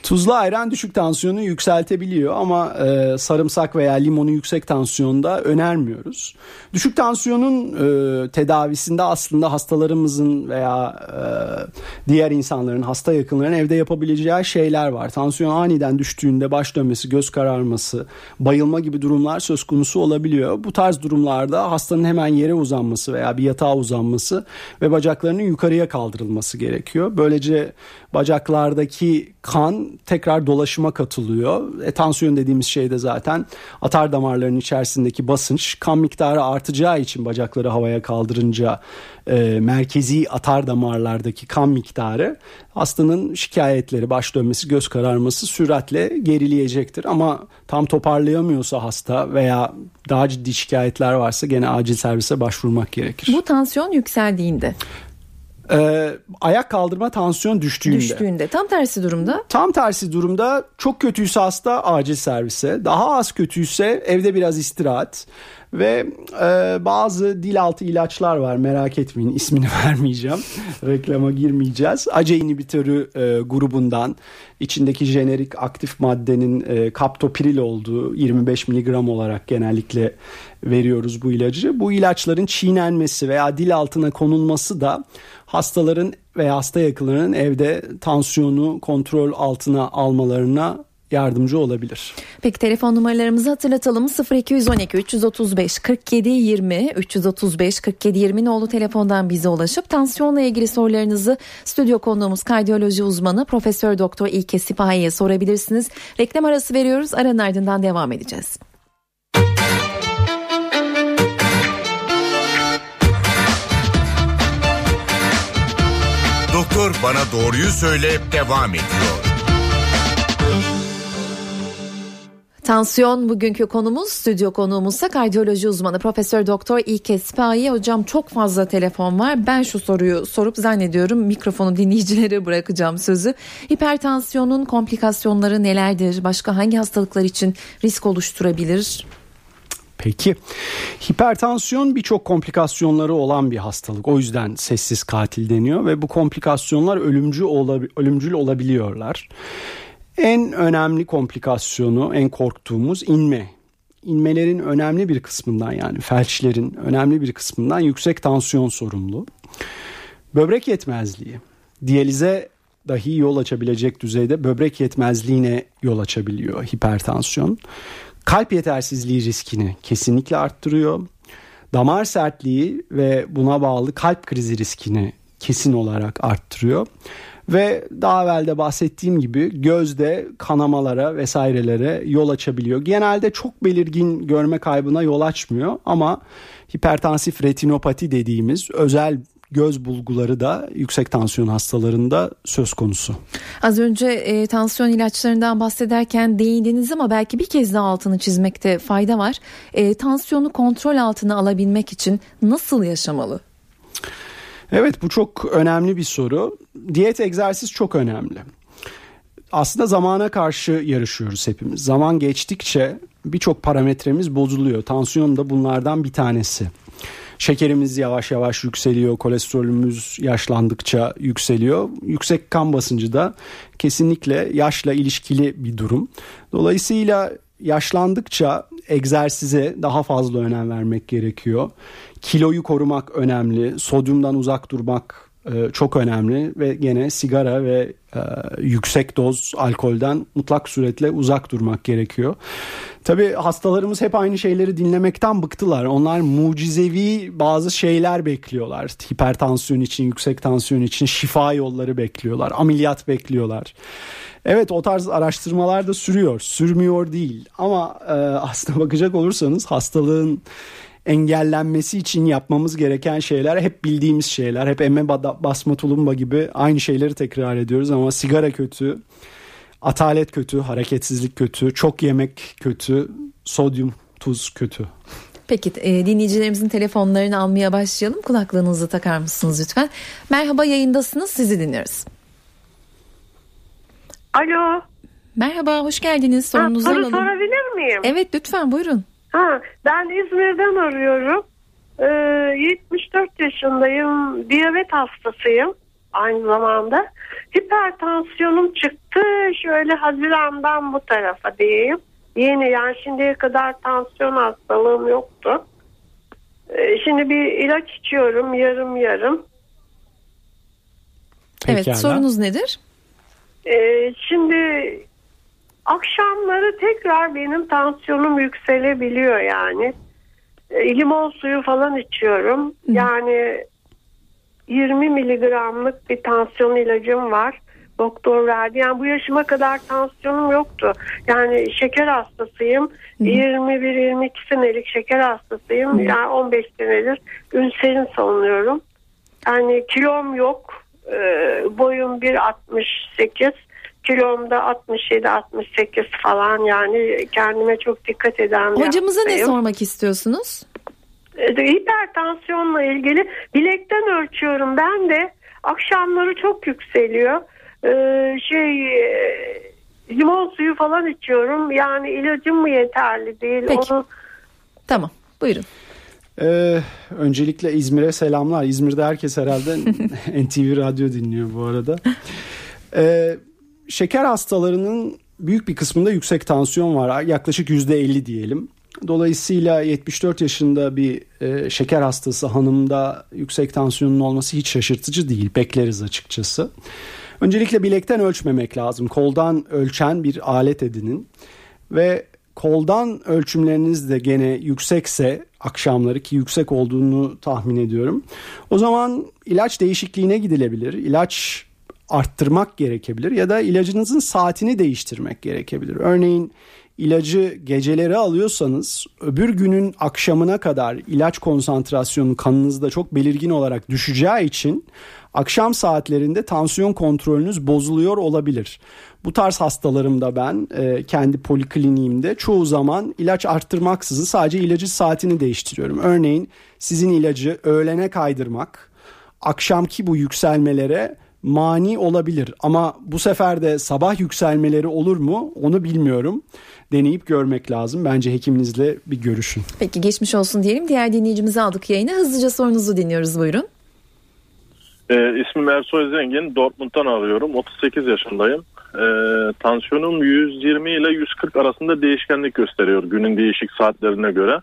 Speaker 3: Tuzlu ayran düşük tansiyonu yükseltebiliyor ama sarımsak veya limonu yüksek tansiyonda önermiyoruz. Düşük tansiyonun tedavisinde aslında hastalarımızın veya diğer insanların, hasta yakınlarının evde yapabileceği şeyler var. Tansiyon aniden düştüğünde baş dönmesi, göz kararması, bayılma gibi durumlar söz konusu olabiliyor. Bu tarz durumlarda hastanın hemen yere uzanması veya bir yatağa uzanması ve bacaklarının yukarıya kaldırılması gerekiyor. Böylece bacaklardaki kan tekrar dolaşıma katılıyor. Tansiyon dediğimiz şey de zaten atar damarların içerisindeki basınç. Kan miktarı artacağı için bacakları havaya kaldırınca merkezi atar damarlardaki kan miktarı hastanın şikayetleri, baş dönmesi, göz kararması süratle gerileyecektir. Ama tam toparlayamıyorsa hasta veya daha ciddi şikayetler varsa gene acil servise başvurmak gerekir.
Speaker 2: Bu tansiyon yükseldiğinde?
Speaker 3: Ayak kaldırma tansiyon düştüğünde. Tam tersi durumda çok kötüyse hasta acil servise, daha az kötüyse evde biraz istirahat ve bazı dil altı ilaçlar var, merak etmeyin, ismini vermeyeceğim, reklama girmeyeceğiz. ACE inhibitörü grubundan, içindeki jenerik aktif maddenin kaptopril olduğu 25 mg olarak genellikle veriyoruz bu ilacı. Bu ilaçların çiğnenmesi veya dil altına konulması da hastaların veya hasta yakınlarının evde tansiyonu kontrol altına almalarına yardımcı olabilir.
Speaker 2: Peki telefon numaralarımızı hatırlatalım. 0212 335 47 20 335 47 20 nolu telefondan bize ulaşıp tansiyonla ilgili sorularınızı stüdyo konuğumuz kardiyoloji uzmanı Profesör Doktor İlke Sipahi'ye sorabilirsiniz. Reklam arası veriyoruz. Aranın ardından devam edeceğiz.
Speaker 1: Doktor Bana Doğruyu Söyle devam ediyor.
Speaker 2: Tansiyon bugünkü konumuz, stüdyo konuğumuzsa kardiyoloji uzmanı Profesör Doktor İlke Sipahi. Hocam çok fazla telefon var. Ben şu soruyu sorup zannediyorum mikrofonu dinleyicilere bırakacağım sözü. Hipertansiyonun komplikasyonları nelerdir? Başka hangi hastalıklar için risk oluşturabilir?
Speaker 3: Peki, hipertansiyon birçok komplikasyonları olan bir hastalık. O yüzden sessiz katil deniyor ve bu komplikasyonlar ölümcül olabiliyorlar. En önemli komplikasyonu, en korktuğumuz inme. İnmelerin önemli bir kısmından, yani felçlerin önemli bir kısmından yüksek tansiyon sorumlu. Böbrek yetmezliği, diyalize dahi yol açabilecek düzeyde böbrek yetmezliğine yol açabiliyor hipertansiyon. Kalp yetersizliği riskini kesinlikle arttırıyor. Damar sertliği ve buna bağlı kalp krizi riskini kesin olarak arttırıyor. Ve daha evvel de bahsettiğim gibi gözde kanamalara vesairelere yol açabiliyor. Genelde çok belirgin görme kaybına yol açmıyor ama hipertansif retinopati dediğimiz özel göz bulguları da yüksek tansiyon hastalarında söz konusu.
Speaker 2: Az önce tansiyon ilaçlarından bahsederken değindiniz ama belki bir kez daha altını çizmekte fayda var. Tansiyonu kontrol altına alabilmek için nasıl yaşamalı?
Speaker 3: Evet, bu çok önemli bir soru. Diyet, egzersiz çok önemli. Aslında zamana karşı yarışıyoruz hepimiz. Zaman geçtikçe birçok parametremiz bozuluyor. Tansiyon da bunlardan bir tanesi. Şekerimiz yavaş yavaş yükseliyor, kolesterolümüz yaşlandıkça yükseliyor. Yüksek kan basıncı da kesinlikle yaşla ilişkili bir durum. Dolayısıyla yaşlandıkça egzersize daha fazla önem vermek gerekiyor. Kiloyu korumak önemli, sodyumdan uzak durmak çok önemli ve gene sigara ve yüksek doz alkolden mutlak suretle uzak durmak gerekiyor. Tabii hastalarımız hep aynı şeyleri dinlemekten bıktılar. Onlar mucizevi bazı şeyler bekliyorlar. Hipertansiyon için, yüksek tansiyon için şifa yolları bekliyorlar, ameliyat bekliyorlar. Evet, o tarz araştırmalar da sürmüyor değil. Ama aslına bakacak olursanız hastalığın engellenmesi için yapmamız gereken şeyler hep bildiğimiz şeyler. Hep emme basma tulumba gibi aynı şeyleri tekrar ediyoruz ama sigara kötü, atalet kötü, hareketsizlik kötü, çok yemek kötü, sodyum, tuz kötü.
Speaker 2: Peki dinleyicilerimizin telefonlarını almaya başlayalım. Kulaklığınızı takar mısınız lütfen? Merhaba, yayındasınız, sizi dinliyoruz.
Speaker 10: Alo.
Speaker 2: Merhaba, hoş geldiniz. Sorunuzu alalım.
Speaker 10: Soru sorabilir miyim?
Speaker 2: Evet, lütfen buyurun.
Speaker 10: Ben İzmir'den arıyorum. 74 yaşındayım. Diyabet hastasıyım aynı zamanda. Hipertansiyonum çıktı. arttı. Şöyle Haziran'dan bu tarafa diyeyim. Yeni, yani şimdiye kadar tansiyon hastalığım yoktu. Şimdi bir ilaç içiyorum yarım yarım.
Speaker 2: Evet,
Speaker 3: Pekala.
Speaker 2: sorunuz nedir?
Speaker 10: Şimdi akşamları tekrar benim tansiyonum yükselebiliyor yani. Limon suyu falan içiyorum. Yani 20 miligramlık bir tansiyon ilacım var. Doktor verdi. Yani bu yaşıma kadar tansiyonum yoktu. Yani şeker hastasıyım. 21-22 senelik şeker hastasıyım. Yani 15 senedir insülin salıyorum. Yani kilom yok. Boyum 1.68. Kilom da 67-68 falan. Yani kendime çok dikkat eden bir
Speaker 2: Hocamıza
Speaker 10: hastayım.
Speaker 2: ne sormak istiyorsunuz?
Speaker 10: Hipertansiyonla ilgili bilekten ölçüyorum. Ben de akşamları çok yükseliyor. Limon suyu falan içiyorum. Yani ilacım mı yeterli değil?
Speaker 2: Peki. Tamam, buyurun.
Speaker 3: Öncelikle İzmir'e selamlar. İzmir'de herkes herhalde NTV Radyo dinliyor bu arada. Şeker hastalarının büyük bir kısmında yüksek tansiyon var. Yaklaşık %50 diyelim. Dolayısıyla 74 yaşında bir şeker hastası hanımda yüksek tansiyonun olması hiç şaşırtıcı değil. Bekleriz açıkçası. Öncelikle bilekten ölçmemek lazım. Koldan ölçen bir alet edinin. Ve koldan ölçümleriniz de gene yüksekse, akşamları, ki yüksek olduğunu tahmin ediyorum, o zaman ilaç değişikliğine gidilebilir. İlaç arttırmak gerekebilir ya da ilacınızın saatini değiştirmek gerekebilir. Örneğin ilacı geceleri alıyorsanız öbür günün akşamına kadar ilaç konsantrasyonu kanınızda çok belirgin olarak düşeceği için akşam saatlerinde tansiyon kontrolünüz bozuluyor olabilir. Bu tarz hastalarımda ben kendi polikliniğimde çoğu zaman ilaç arttırmaksızın sadece ilacı saatini değiştiriyorum. Örneğin sizin ilacı öğlene kaydırmak akşamki bu yükselmelere mani olabilir. Ama bu sefer de sabah yükselmeleri olur mu onu bilmiyorum. Deneyip görmek lazım. Bence hekiminizle bir görüşün.
Speaker 2: Peki, geçmiş olsun diyelim. Diğer dinleyicimizi aldık yayına. Hızlıca sorunuzu dinliyoruz, buyurun.
Speaker 11: İsmim Ersoy Zengin. Dortmund'dan arıyorum. 38 yaşındayım. Tansiyonum 120 ile 140 arasında değişkenlik gösteriyor günün değişik saatlerine göre.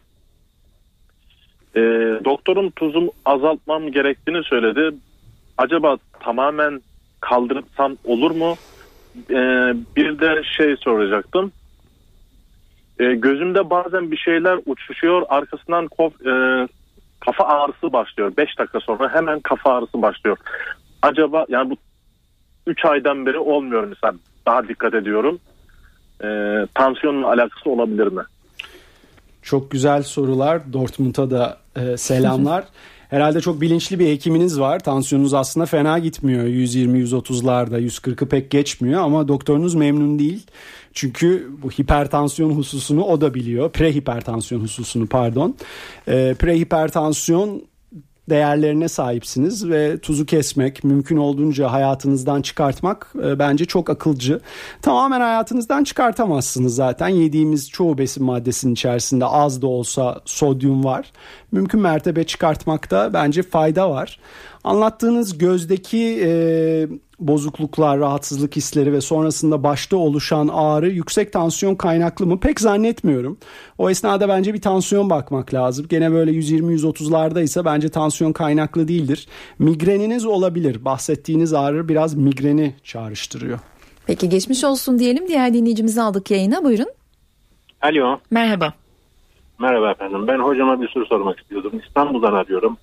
Speaker 11: Doktorum tuzumu azaltmam gerektiğini söyledi. Acaba tamamen kaldırırsam olur mu? Bir de soracaktım. Gözümde bazen bir şeyler uçuşuyor. Arkasından kafa ağrısı başlıyor. 5 dakika sonra hemen kafa ağrısı başlıyor. Acaba yani bu 3 aydan beri olmuyor mesela. Daha dikkat ediyorum. Tansiyonla alakası olabilir mi?
Speaker 3: Çok güzel sorular. Dortmund'a da selamlar. Herhalde çok bilinçli bir hekiminiz var. Tansiyonunuz aslında fena gitmiyor. 120-130'larda, 140'ı pek geçmiyor ama doktorunuz memnun değil. Çünkü bu hipertansiyon hususunu o da biliyor. Prehipertansiyon hususunu pardon. Prehipertansiyon değerlerine sahipsiniz ve tuzu kesmek, mümkün olduğunca hayatınızdan çıkartmak bence çok akılcı. Tamamen hayatınızdan çıkartamazsınız zaten. Yediğimiz çoğu besin maddesinin içerisinde az da olsa sodyum var. Mümkün mertebe çıkartmakta bence fayda var. Anlattığınız gözdeki bozukluklar, rahatsızlık hisleri ve sonrasında başta oluşan ağrı yüksek tansiyon kaynaklı mı? Pek zannetmiyorum. O esnada bence bir tansiyon bakmak lazım. Gene böyle 120-130'lardaysa bence tansiyon kaynaklı değildir. Migreniniz olabilir. Bahsettiğiniz ağrı biraz migreni çağrıştırıyor.
Speaker 2: Peki, geçmiş olsun diyelim. Diğer dinleyicimizi aldık yayına, buyurun.
Speaker 12: Alo.
Speaker 2: Merhaba.
Speaker 12: Merhaba efendim. Ben hocama bir soru sormak istiyordum. İstanbul'dan arıyorum.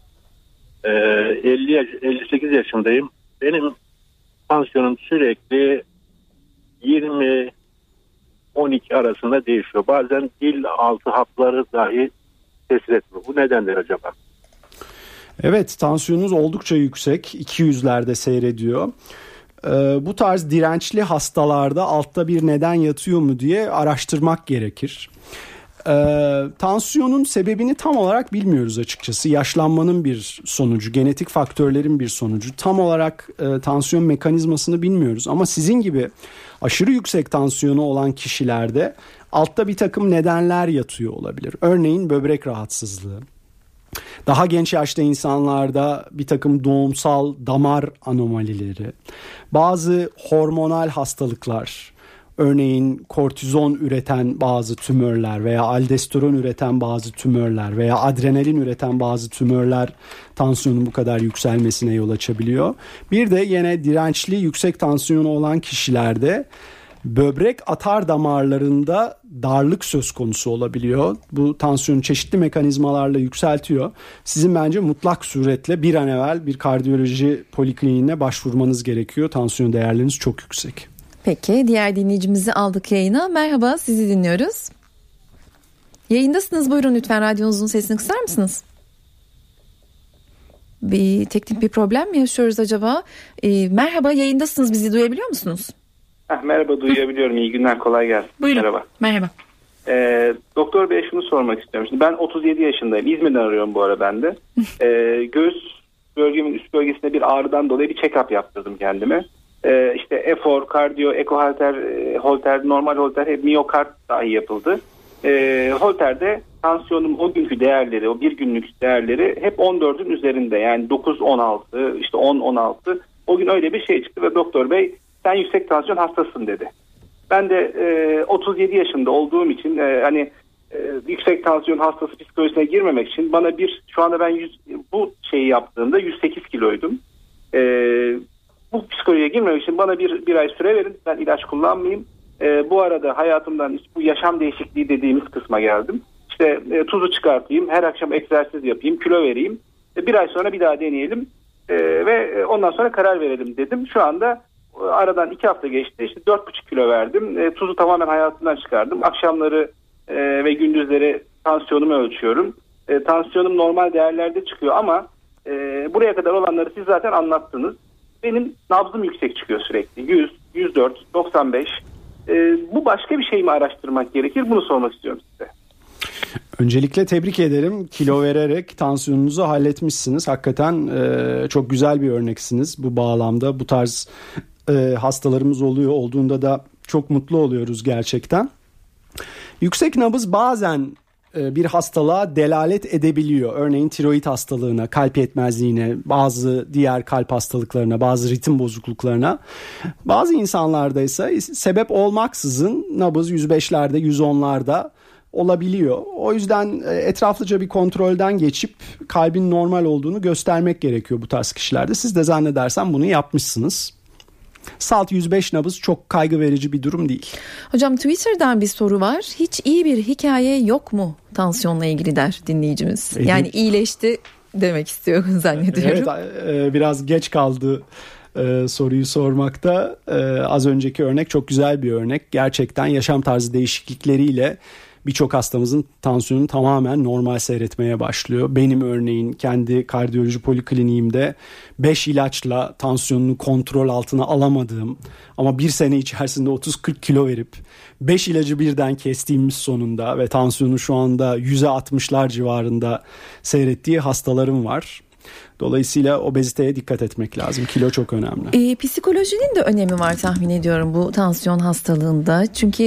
Speaker 12: 58 yaşındayım. Benim tansiyonum sürekli 20-12 arasında değişiyor. Bazen dil altı hapları dahi tesir etmiyor. Bu nedendir acaba?
Speaker 3: Evet, tansiyonunuz oldukça yüksek. 200'lerde seyrediyor. Bu tarz dirençli hastalarda altta bir neden yatıyor mu diye araştırmak gerekir. Tansiyonun sebebini tam olarak bilmiyoruz açıkçası. Yaşlanmanın bir sonucu, genetik faktörlerin bir sonucu. Tam olarak tansiyon mekanizmasını bilmiyoruz. Ama sizin gibi aşırı yüksek tansiyonu olan kişilerde altta bir takım nedenler yatıyor olabilir. Örneğin böbrek rahatsızlığı, Daha genç yaşta insanlarda bir takım doğumsal damar anomalileri, bazı hormonal hastalıklar, örneğin kortizon üreten bazı tümörler veya aldosteron üreten bazı tümörler veya adrenalin üreten bazı tümörler tansiyonun bu kadar yükselmesine yol açabiliyor. Bir de yine dirençli yüksek tansiyonu olan kişilerde böbrek atar damarlarında darlık söz konusu olabiliyor. Bu tansiyonu çeşitli mekanizmalarla yükseltiyor. Sizin bence mutlak suretle bir an evvel bir kardiyoloji polikliniğine başvurmanız gerekiyor. Tansiyon değerleriniz çok yüksek.
Speaker 2: Peki, diğer dinleyicimizi aldık yayına. Merhaba, sizi dinliyoruz. Yayındasınız, buyurun lütfen radyonuzun sesini kısar mısınız? Bir teknik bir problem mi yaşıyoruz acaba? Merhaba, yayındasınız, bizi duyabiliyor musunuz?
Speaker 13: Merhaba, duyabiliyorum. İyi günler, kolay gelsin.
Speaker 2: Buyurun. Merhaba.
Speaker 13: Doktor Bey, şunu sormak istiyorum. Şimdi ben 37 yaşındayım. İzmir'den arıyorum bu ara ben de. Göğüs bölgemin üst bölgesinde bir ağrıdan dolayı bir check-up yaptırdım kendime. İşte efor, kardiyo, ekohalter, holter, normal holter, hep miyokard dahi yapıldı. Holterde tansiyonum o günkü değerleri, o bir günlük değerleri hep 14'ün üzerinde. Yani 9-16, işte 10-16. O gün öyle bir şey çıktı ve doktor bey sen yüksek tansiyon hastasın dedi. Ben de 37 yaşında olduğum için yüksek tansiyon hastası psikolojisine girmemek için bana şu anda ben bu şeyi yaptığımda 108 kiloydum. Bu psikolojiye girmemek için bana bir ay süre verin. Ben ilaç kullanmayayım. Bu arada hayatımdan bu yaşam değişikliği dediğimiz kısma geldim. İşte tuzu çıkartayım, her akşam egzersiz yapayım, kilo vereyim. Bir ay sonra bir daha deneyelim ve ondan sonra karar verelim dedim. Şu anda aradan 2 hafta geçti. İşte 4,5 kilo verdim. Tuzu tamamen hayatımdan çıkardım. Akşamları ve gündüzleri tansiyonumu ölçüyorum. Tansiyonum normal değerlerde çıkıyor ama buraya kadar olanları siz zaten anlattınız. Benim nabzım yüksek çıkıyor sürekli. 100, 104, 95. Bu başka bir şey mi araştırmak gerekir? Bunu sormak istiyorum size.
Speaker 3: Öncelikle tebrik ederim. Kilo vererek tansiyonunuzu halletmişsiniz. Hakikaten çok güzel bir örneksiniz bu bağlamda. Bu tarz hastalarımız olduğunda da çok mutlu oluyoruz gerçekten. Yüksek nabız bazen bir hastalığa delalet edebiliyor. Örneğin tiroid hastalığına, kalp yetmezliğine, bazı diğer kalp hastalıklarına, bazı ritim bozukluklarına. Bazı insanlarda ise sebep olmaksızın nabız 105'lerde, 110'larda olabiliyor. O yüzden etraflıca bir kontrolden geçip kalbin normal olduğunu göstermek gerekiyor bu tarz kişilerde. Siz de zannedersem bunu yapmışsınız. Salt 105 nabız çok kaygı verici bir durum değil.
Speaker 2: Hocam Twitter'dan bir soru var. Hiç iyi bir hikaye yok mu tansiyonla ilgili der dinleyicimiz. Yani iyileşti demek istiyor zannediyorum.
Speaker 3: Evet, biraz geç kaldı soruyu sormakta. Az önceki örnek çok güzel bir örnek. Gerçekten yaşam tarzı değişiklikleriyle birçok hastamızın tansiyonu tamamen normal seyretmeye başlıyor. Benim örneğin kendi kardiyoloji polikliniğimde 5 ilaçla tansiyonunu kontrol altına alamadığım ama bir sene içerisinde 30-40 kilo verip 5 ilacı birden kestiğimiz sonunda ve tansiyonu şu anda 100'e 60'lar civarında seyrettiği hastalarım var. Dolayısıyla obeziteye dikkat etmek lazım. Kilo çok önemli.
Speaker 2: Psikolojinin de önemi var tahmin ediyorum bu tansiyon hastalığında. Çünkü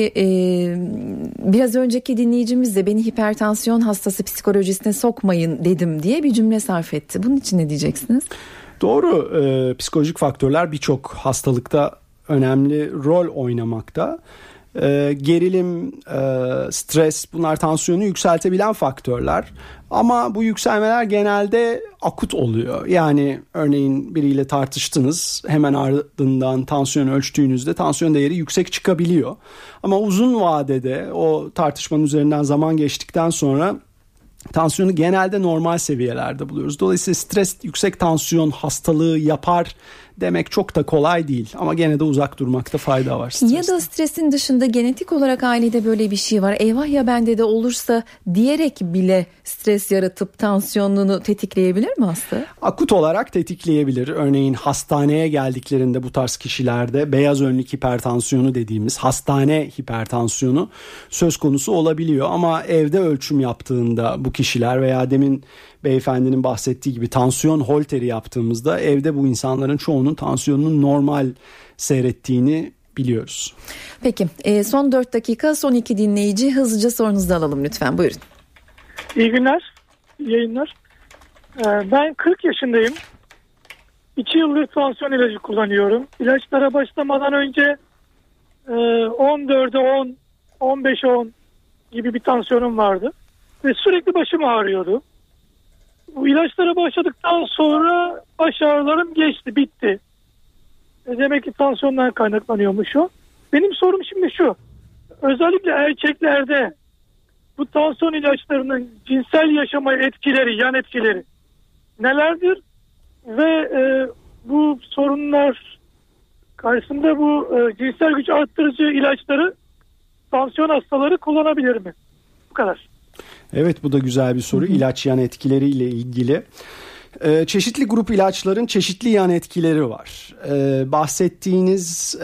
Speaker 2: biraz önceki dinleyicimiz de beni hipertansiyon hastası psikolojisine sokmayın dedim diye bir cümle sarf etti. Bunun için ne diyeceksiniz?
Speaker 3: Doğru. Psikolojik faktörler birçok hastalıkta önemli rol oynamakta. Gerilim, stres, bunlar tansiyonu yükseltebilen faktörler. Ama bu yükselmeler genelde akut oluyor. Yani örneğin biriyle tartıştınız, hemen ardından tansiyon ölçtüğünüzde tansiyon değeri yüksek çıkabiliyor. Ama uzun vadede o tartışmanın üzerinden zaman geçtikten sonra tansiyonu genelde normal seviyelerde buluyoruz. Dolayısıyla stres yüksek tansiyon hastalığı yapar demek çok da kolay değil. Ama gene de uzak durmakta fayda var. Stresten.
Speaker 2: Ya da stresin dışında genetik olarak ailede böyle bir şey var. Eyvah ya bende de olursa diyerek bile stres yaratıp tansiyonunu tetikleyebilir mi hasta?
Speaker 3: Akut olarak tetikleyebilir. Örneğin hastaneye geldiklerinde bu tarz kişilerde beyaz önlük hipertansiyonu dediğimiz hastane hipertansiyonu söz konusu olabiliyor. Ama evde ölçüm yaptığında bu kişiler veya demin beyefendinin bahsettiği gibi tansiyon holteri yaptığımızda evde bu insanların çoğunun tansiyonunun normal seyrettiğini biliyoruz.
Speaker 2: Peki son 4 dakika, son 2 dinleyici, hızlıca sorunuzu alalım lütfen, buyurun.
Speaker 14: İyi günler, iyi yayınlar. Ben 40 yaşındayım. 2 yıldır tansiyon ilacı kullanıyorum. İlaçlara başlamadan önce 14'e 10, 15'e 10 gibi bir tansiyonum vardı. Ve sürekli başım ağrıyordu. Bu ilaçlara başladıktan sonra baş ağrılarım geçti, bitti. Demek ki tansiyondan kaynaklanıyormuş o. Benim sorum şimdi şu. Özellikle erkeklerde bu tansiyon ilaçlarının cinsel yaşama etkileri, yan etkileri nelerdir? Ve bu sorunlar karşısında bu cinsel güç arttırıcı ilaçları tansiyon hastaları kullanabilir mi? Bu kadar.
Speaker 3: Evet, bu da güzel bir soru. İlaç yan etkileriyle ilgili. Çeşitli grup ilaçların çeşitli yan etkileri var. Bahsettiğiniz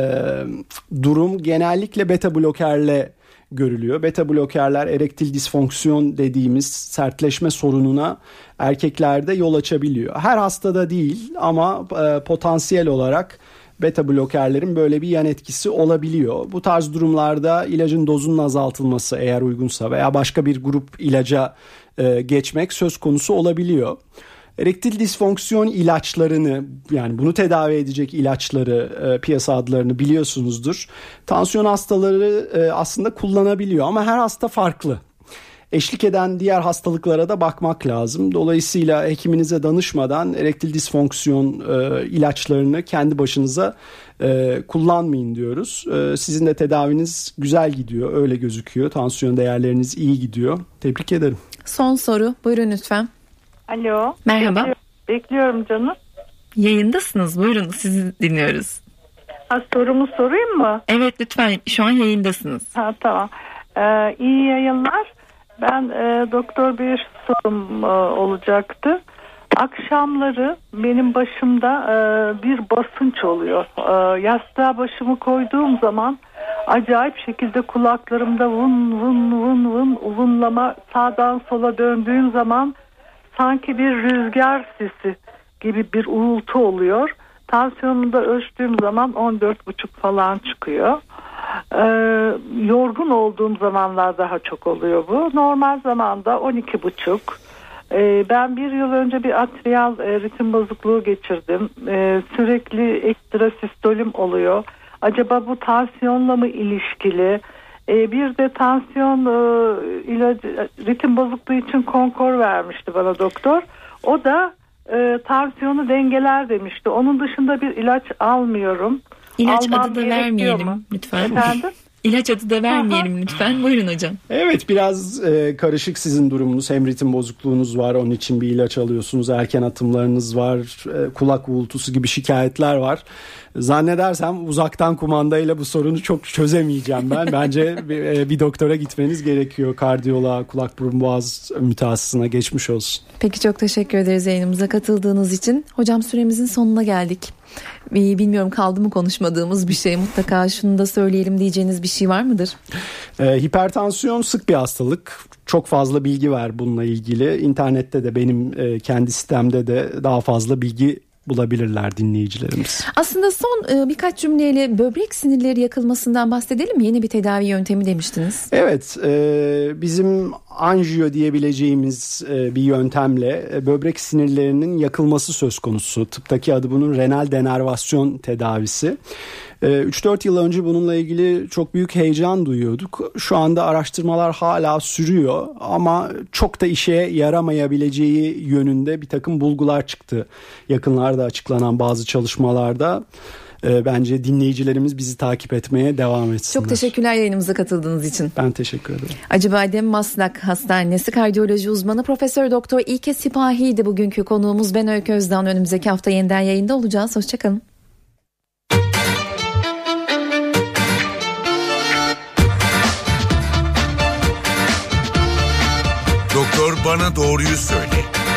Speaker 3: durum genellikle beta blokerle görülüyor. Beta blokerler erektil disfonksiyon dediğimiz sertleşme sorununa erkeklerde yol açabiliyor. Her hastada değil ama potansiyel olarak beta blokerlerin böyle bir yan etkisi olabiliyor. Bu tarz durumlarda ilacın dozunun azaltılması eğer uygunsa veya başka bir grup ilaca geçmek söz konusu olabiliyor. Erektil disfonksiyon ilaçlarını, yani bunu tedavi edecek ilaçları, piyasa adlarını biliyorsunuzdur. Tansiyon hastaları aslında kullanabiliyor ama her hasta farklı. Eşlik eden diğer hastalıklara da bakmak lazım. Dolayısıyla hekiminize danışmadan erektil disfonksiyon ilaçlarını kendi başınıza kullanmayın diyoruz. Sizin de tedaviniz güzel gidiyor, öyle gözüküyor. Tansiyon değerleriniz iyi gidiyor. Tebrik ederim.
Speaker 2: Son soru, buyurun lütfen.
Speaker 15: Alo.
Speaker 2: Merhaba.
Speaker 15: Bekliyorum canım.
Speaker 2: Yayındasınız, buyurun, sizi dinliyoruz.
Speaker 15: Sorumu sorayım mı?
Speaker 2: Evet, lütfen, şu an yayındasınız.
Speaker 15: Tamam. İyi yayınlar. Ben doktor bir sorum olacaktı. Akşamları benim başımda bir basınç oluyor. Yastığa başımı koyduğum zaman acayip şekilde kulaklarımda vın vın vın vın uvunlama, sağdan sola döndüğüm zaman sanki bir rüzgar sesi gibi bir uğultu oluyor. Tansiyonumu da ölçtüğüm zaman 14,5 falan çıkıyor. Yorgun olduğum zamanlar daha çok oluyor bu. Normal zamanda 12,5. Ben bir yıl önce bir atrial ritim bozukluğu geçirdim. Sürekli ekstra sistolüm oluyor. Acaba bu tansiyonla mı ilişkili? Bir de tansiyon ilacı, ritim bozukluğu için Konkor vermişti bana doktor. O da tansiyonu dengeler demişti. Onun dışında bir ilaç almıyorum.
Speaker 2: İlaç adı da vermeyelim lütfen.
Speaker 15: Efendim?
Speaker 2: İlaç adı da vermeyelim lütfen. Buyurun hocam.
Speaker 3: Evet, biraz karışık sizin durumunuz. Hem ritim bozukluğunuz var, onun için bir ilaç alıyorsunuz. Erken atımlarınız var, kulak uğultusu gibi şikayetler var. Zannedersem uzaktan kumandayla bu sorunu çok çözemeyeceğim ben. Bence bir doktora gitmeniz gerekiyor. Kardiyoloğa, kulak burun boğaz mütehassısına geçmiş olsun.
Speaker 2: Peki, çok teşekkür ederiz yayınımıza katıldığınız için. Hocam, süremizin sonuna geldik. Bilmiyorum, kaldı mı konuşmadığımız bir şey? Mutlaka şunu da söyleyelim diyeceğiniz bir şey var mıdır?
Speaker 3: Hipertansiyon sık bir hastalık. Çok fazla bilgi var bununla ilgili. İnternette de benim kendi sitemde de daha fazla bilgi bulabilirler dinleyicilerimiz.
Speaker 2: Aslında son birkaç cümleyle böbrek sinirleri yakılmasından bahsedelim mi? Yeni bir tedavi yöntemi demiştiniz.
Speaker 3: Evet, bizim anjiyo diyebileceğimiz bir yöntemle böbrek sinirlerinin yakılması söz konusu. Tıptaki adı bunun renal denervasyon tedavisi. 3-4 yıl önce bununla ilgili çok büyük heyecan duyuyorduk. Şu anda araştırmalar hala sürüyor ama çok da işe yaramayabileceği yönünde bir takım bulgular çıktı. Yakınlarda açıklanan bazı çalışmalarda. Bence dinleyicilerimiz bizi takip etmeye devam etsinler.
Speaker 2: Çok teşekkürler yayınımıza katıldığınız için.
Speaker 3: Ben teşekkür ederim.
Speaker 2: Acıbadem Maslak Hastanesi kardiyoloji uzmanı Profesör Doktor İlke Sipahi'ydi bugünkü konuğumuz. Ben Öykü Özdan. Önümüzdeki hafta yeniden yayında olacağız. Hoşçakalın.
Speaker 1: Doktor bana doğruyu söyle.